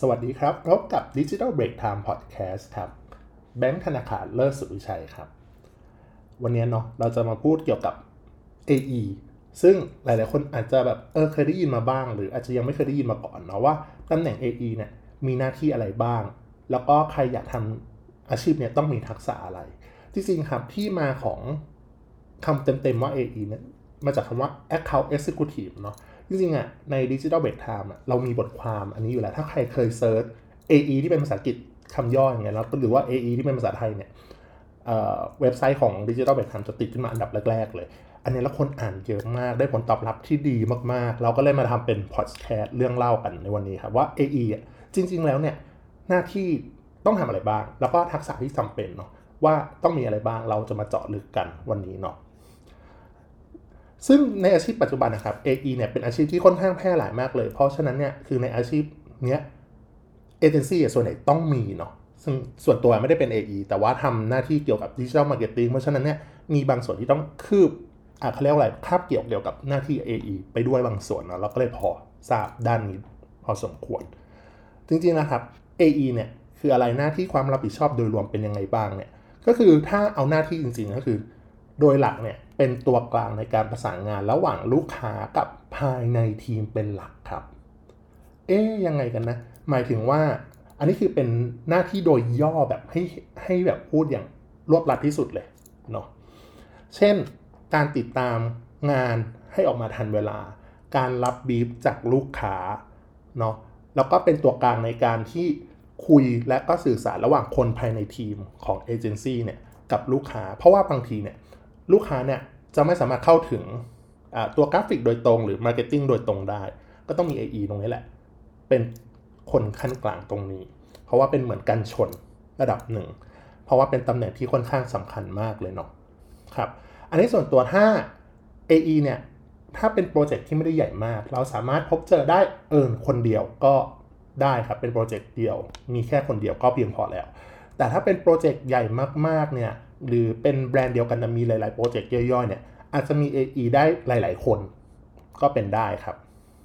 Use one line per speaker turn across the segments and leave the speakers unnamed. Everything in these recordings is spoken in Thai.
สวัสดีครับพบกับ Digital Break Time Podcast ครับแบงค์ธนาคารเลิศสุวิชัยครับวันนี้เนาะเราจะมาพูดเกี่ยวกับ AE ซึ่งหลายๆคนอาจจะแบบเคยได้ยินมาบ้างหรืออาจจะยังไม่เคยได้ยินมาก่อนเนาะว่าตำแหน่ง AE เนี่ยมีหน้าที่อะไรบ้างแล้วก็ใครอยากทำอาชีพเนี่ยต้องมีทักษะอะไรจริงๆครับที่มาของคำเต็มๆว่า AE เนี่ยมาจากคำว่า Account Executive เนาะจริงๆอ่ะใน Digital Break Time อ่ะเรามีบทความอันนี้อยู่แล้วถ้าใครเคยเซิร์ช AE ที่เป็นภาษาอังกฤษคำย่ออย่างเงี้ยแล้วหรือว่า AE ที่เป็นภาษาไทยเนี่ยเว็บไซต์ของ Digital Break Time จะติดขึ้นมาอันดับแรกๆเลยอันนี้แล้วคนอ่านเยอะมากได้ผลตอบรับที่ดีมากๆเราก็เลยมาทำเป็นพอดแคสต์เรื่องเล่ากันในวันนี้ครับว่า AE อ่ะจริงๆแล้วเนี่ยหน้าที่ต้องทำอะไรบ้างแล้วก็ทักษะที่จำเป็นเนาะว่าต้องมีอะไรบ้างเราจะมาเจาะลึกกันวันนี้เนาะซึ่งในอาชีพปัจจุบันนะครับ AE เนี่ยเป็นอาชีพที่ค่อนข้างแพร่หลายมากเลยเพราะฉะนั้นเนี่ยคือในอาชีพเนี้ยเอเจนซี่ส่วนใหญ่ต้องมีเนาะซึ่งส่วนตัวไม่ได้เป็น AE แต่ว่าทำหน้าที่เกี่ยวกับ Digital Marketing เพราะฉะนั้นเนี่ยมีบางส่วนที่ต้องคืบเขาเรียกว่าอะไรคาบเกี่ยวกับหน้าที่ AE ไปด้วยบางส่วนเนาะเราก็เลยพอทราบด้านนี้พอสมควรจริงๆนะครับ AE เนี่ยคืออะไรหน้าที่ความรับผิดชอบโดยรวมเป็นยังไงบ้างเนี่ยก็คือถ้าเอาหน้าที่จริงๆก็คือโดยหลักเนี่ยเป็นตัวกลางในการประสานงานระหว่างลูกค้ากับภายในทีมเป็นหลักครับยังไงกันนะหมายถึงว่าอันนี้คือเป็นหน้าที่โดยย่อแบบให้แบบพูดอย่างรวบรัดที่สุดเลยเนาะเช่นการติดตามงานให้ออกมาทันเวลาการรับบีฟจากลูกค้าเนาะแล้วก็เป็นตัวกลางในการที่คุยและก็สื่อสารระหว่างคนภายในทีมของเอเจนซี่เนี่ยกับลูกค้าเพราะว่าบางทีเนี่ยลูกค้าเนี่ยจะไม่สามารถเข้าถึงตัวกราฟิกโดยตรงหรือมาร์เก็ตติ้งโดยตรงได้ก็ต้องมี AE ตรงนี้แหละเป็นคนขั้นกลางตรงนี้เพราะว่าเป็นเหมือนกันชนระดับหนึ่งเพราะว่าเป็นตำแหน่งที่ค่อนข้างสำคัญมากเลยเนาะครับอันนี้ส่วนตัวถ้า AE เนี่ยถ้าเป็นโปรเจกต์ที่ไม่ได้ใหญ่มากเราสามารถพบเจอได้คนเดียวก็ได้ครับเป็นโปรเจกต์เดียวมีแค่คนเดียวก็เพียงพอแล้วแต่ถ้าเป็นโปรเจกต์ใหญ่มากๆเนี่ยหรือเป็นแบรนด์เดียวกันแต่มีหลายๆโปรเจกต์ย่อยๆเนี่ยอาจจะมี AE ได้หลายๆคนก็เป็นได้ครับ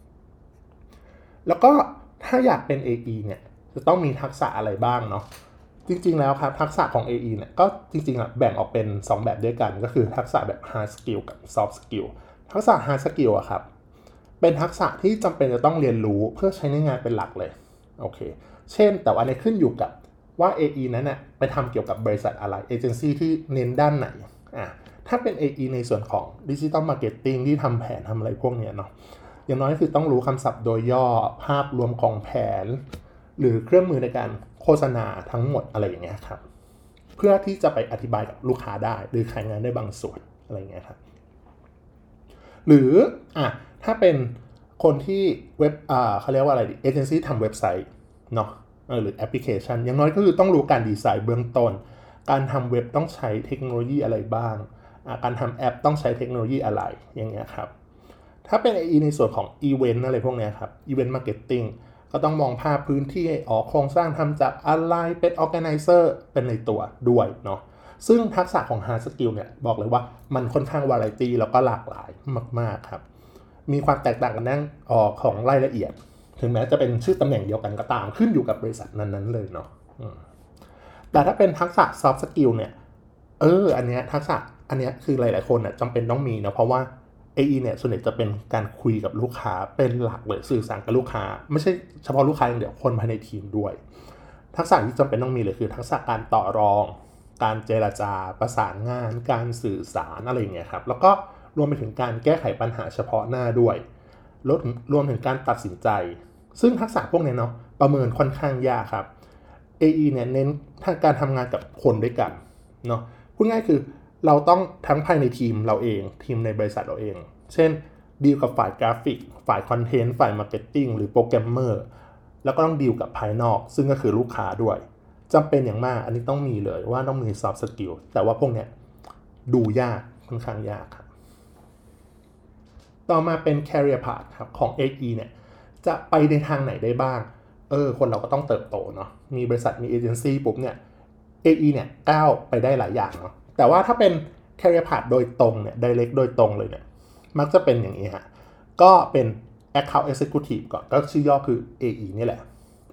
แล้วก็ถ้าอยากเป็น AE เนี่ยจะต้องมีทักษะอะไรบ้างเนาะจริงๆแล้วครับทักษะของ AE เนี่ยก็จริงๆแบ่งออกเป็น2แบบด้วยกันก็คือทักษะแบบ hard skill กับ soft skill ทักษะ hard skill อะครับเป็นทักษะที่จำเป็นจะต้องเรียนรู้เพื่อใช้ในงานเป็นหลักเลยโอเคเช่นแต่ว่าในขึ้นอยู่กับว่า AE นั้นน่ะไปทำเกี่ยวกับบริษัทอะไรเอเจนซี่ที่เน้นด้านไหนถ้าเป็น AE ในส่วนของ Digital Marketing ที่ทำแผนทำอะไรพวกนี้เนาะอย่างน้อยคือต้องรู้คำศัพท์โดยย่อภาพรวมของแผนหรือเครื่องมือในการโฆษณาทั้งหมดอะไรอย่างเงี้ยครับเพื่อที่จะไปอธิบายกับลูกค้าได้หรือขายงานได้บางส่วนอะไรอย่างเงี้ยครับหรือถ้าเป็นคนที่เว็บเขาเรียกว่าอะไรเอเจนซี่ทำเว็บไซต์เนาะหรือแอปพลิเคชันอย่างน้อยก็คือต้องรู้การดีไซน์เบื้องต้นการทำเว็บต้องใช้เทคโนโลยีอะไรบ้างการทำแอปต้องใช้เทคโนโลยีอะไรอย่างเงี้ยครับถ้าเป็น AE ในส่วนของอีเวนต์อะไรพวกนี้ครับอีเวนต์มาร์เก็ตติ้งก็ต้องมองภาพพื้นที่ออกโครงสร้างทำจากอะไรเป็น organizer เป็นในตัวด้วยเนาะซึ่งทักษะของ hard skill เนี่ยบอกเลยว่ามันค่อนข้างวาไรตี้แล้วก็หลากหลายมากๆครับมีความแตกต่างกันนั่งของรายละเอียดถึงแม้จะเป็นชื่อตำแหน่งเดียวกันก็ตามขึ้นอยู่กับบริษัทนั้นๆเลยเนาะแต่ถ้าเป็นทักษะ soft skill เนี่ยอันเนี้ยทักษะอันเนี้ยคือหลายๆคนจำเป็นต้องมีนะเพราะว่า AE เนี่ยส่วนใหญ่จะเป็นการคุยกับลูกค้าเป็นหลักเลยสื่อสารกับลูกค้าไม่ใช่เฉพาะลูกค้าอย่างเดียวคนภายในทีมด้วยทักษะที่จำเป็นต้องมีเลยคือทักษะการต่อรองการเจรจาประสานงานการสื่อสารอะไรอย่างเงี้ยครับแล้วก็รวมไปถึงการแก้ไขปัญหาเฉพาะหน้าด้วยรวมถึงการตัดสินใจซึ่งทักษะพวกนี้เนาะประเมินค่อนข้างยากครับ AE เนี่ยเน้นการทำงานกับคนด้วยกันเนาะพูดง่ายคือเราต้องทั้งภายในทีมเราเองทีมในบริษัทเราเองเช่นดีลกับฝ่ายกราฟิกฝ่ายคอนเทนต์ฝ่ายมาร์เก็ตติ้งหรือโปรแกรมเมอร์แล้วก็ต้องดีลกับภายนอกซึ่งก็คือลูกค้าด้วยจำเป็นอย่างมากอันนี้ต้องมีเลยว่าต้องมี soft skill แต่ว่าพวกเนี้ยดูยากค่อนข้างยากครับต่อมาเป็น career path ครับของ AE เนี่ยจะไปในทางไหนได้บ้างคนเราก็ต้องเติบโตเนาะมีบริษัทมีเอเจนซี่ปุ๊บเนี่ย AE เนี่ยก้าวไปได้หลายอย่างเนาะแต่ว่าถ้าเป็น career path โดยตรงเนี่ย direct โดยตรงเลยเนี่ยมักจะเป็นอย่างนี้ฮะก็เป็น account executive ก่อนก็ชื่อย่อคือ AE นี่แหละ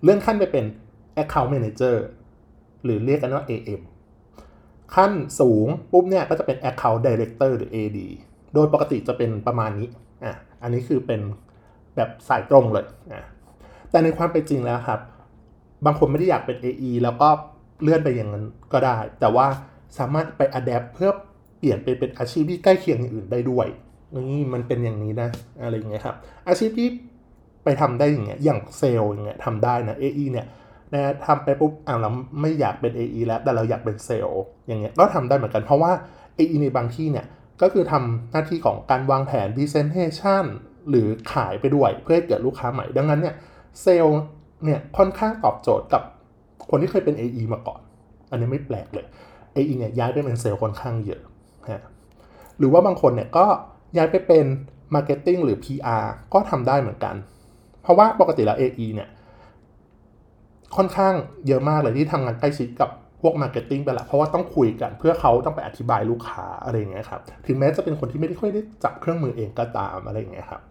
เลื่อนขั้นไปเป็น Account Manager หรือเรียกกันว่า AM ขั้นสูงปุ๊บเนี่ยก็จะเป็น Account Director หรือ AD โดยปกติจะเป็นประมาณนี้อันนี้คือเป็นแบบสายตรงเลยแต่ในความเป็นจริงแล้วครับบางคนไม่ได้อยากเป็น AE แล้วก็เลื่อนไปอย่างนั้นก็ได้แต่ว่าสามารถไป adapt เพื่อเปลี่ยนไปเป็นอาชีพที่ใกล้เคียงอย่างอื่นได้ด้วยนี่มันเป็นอย่างนี้นะอะไรอย่างเงี้ยครับอาชีพที่ไปทำได้อย่างเงี้ยอย่างเซลล์อย่างเงี้ยทำได้นะ AE เนี่ยนะทำไปปุ๊บเราไม่อยากเป็น AE แล้วแต่เราอยากเป็นเซลล์อย่างเงี้ยก็ทำได้เหมือนกันเพราะว่า AE ในบางที่เนี่ยก็คือทำหน้าที่ของการวางแผน presentation หรือขายไปด้วยเพื่อให้เกิดลูกค้าใหม่ดังนั้นเนี่ยเซลล์เนี่ยค่อนข้างตอบโจทย์กับคนที่เคยเป็น AE มาก่อนอันนี้ไม่แปลกเลย AE เนี่ยย้ายไปเป็นเซลล์ค่อนข้างเยอะหรือว่าบางคนเนี่ยก็ย้ายไปเป็น Marketing หรือ PR ก็ทำได้เหมือนกันเพราะว่าปกติแล้ว AE เนี่ยค่อนข้างเยอะมากเลยที่ทำงานใกล้ชิดกับพวก Marketing ไปละเพราะว่าต้องคุยกันเพื่อเขาต้องไปอธิบายลูกค้าอะไรอย่างเงี้ยครับถึงแม้จะเป็นคนที่ไม่ได้ค่อยได้จับเครื่องมือเองก็ตามอะไรอย่างเงี้ยครับ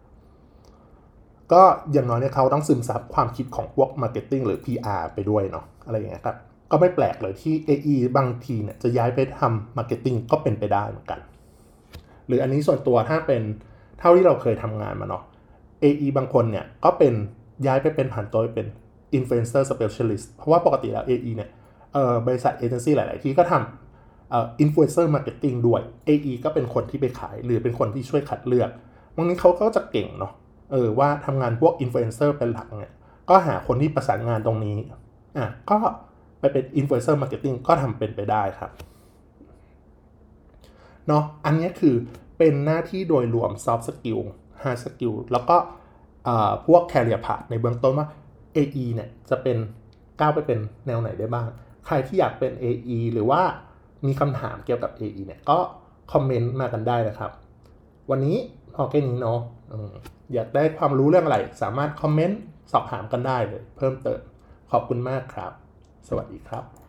ก็อย่างน้อยเนี่ยเขาต้องซึมซับความคิดของพวก Marketing หรือ PR ไปด้วยเนาะอะไรอย่างเงี้ยครับก็ไม่แปลกเลยที่ AE บางทีเนี่ยจะย้ายไปทำ Marketing ก็เป็นไปได้เหมือนกันหรืออันนี้ส่วนตัวถ้าเป็นเท่าที่เราเคยทำงานมาเนาะ AE บางคนเนี่ยก็เป็นย้ายไปเป็นผ่านตัวเป็น Influencer Specialist เพราะว่าปกติแล้ว AE เนี่ยบริษัทเอเจนซี่หลายๆที่ก็ทำInfluencer Marketing ด้วย AE ก็เป็นคนที่ไปขายหรือเป็นคนที่ช่วยคัดเลือกบางทีเขาก็จะเก่งเนาะว่าทำงานพวก Influencer เป็นหลักเนี่ยก็หาคนที่ประสานงานตรงนี้ก็ไปเป็น Influencer Marketing ก็ทำเป็นไปได้ครับเนาะอันนี้คือเป็นหน้าที่โดยรวม soft skill hard skill แล้วก็พวก career path ในเบื้องต้นว่า AE เนี่ยจะเป็นก้าวไปเป็นแนวไหนได้บ้างใครที่อยากเป็น AE หรือว่ามีคำถามเกี่ยวกับ AE เนี่ยก็คอมเมนต์มากันได้นะครับวันนี้พอแค่นี้เนาะอยากได้ความรู้เรื่องอะไรสามารถคอมเมนต์สอบถามกันได้เลยเพิ่มเติมขอบคุณมากครับสวัสดีครับ